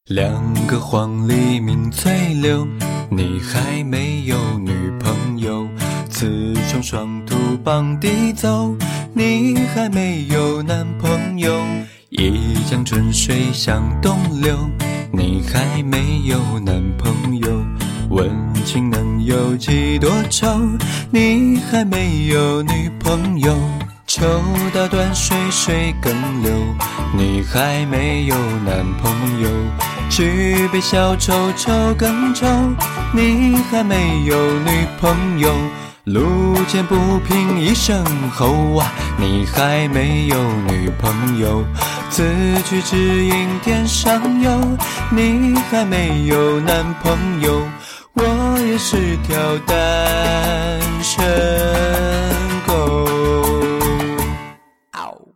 两个黄鹂鸣翠柳，你还没有女朋友。雌雄双兔傍地走，你还没有男朋友。一江春水向东流，你还没有男朋友。问情能有几多愁，你还没有女朋友。抽刀断水水更流，你还没有男朋友。举杯消愁愁更愁，你还没有女朋友。路见不平一声吼啊，你还没有女朋友。此去只应天上有，你还没有男朋友。我也是条单身狗。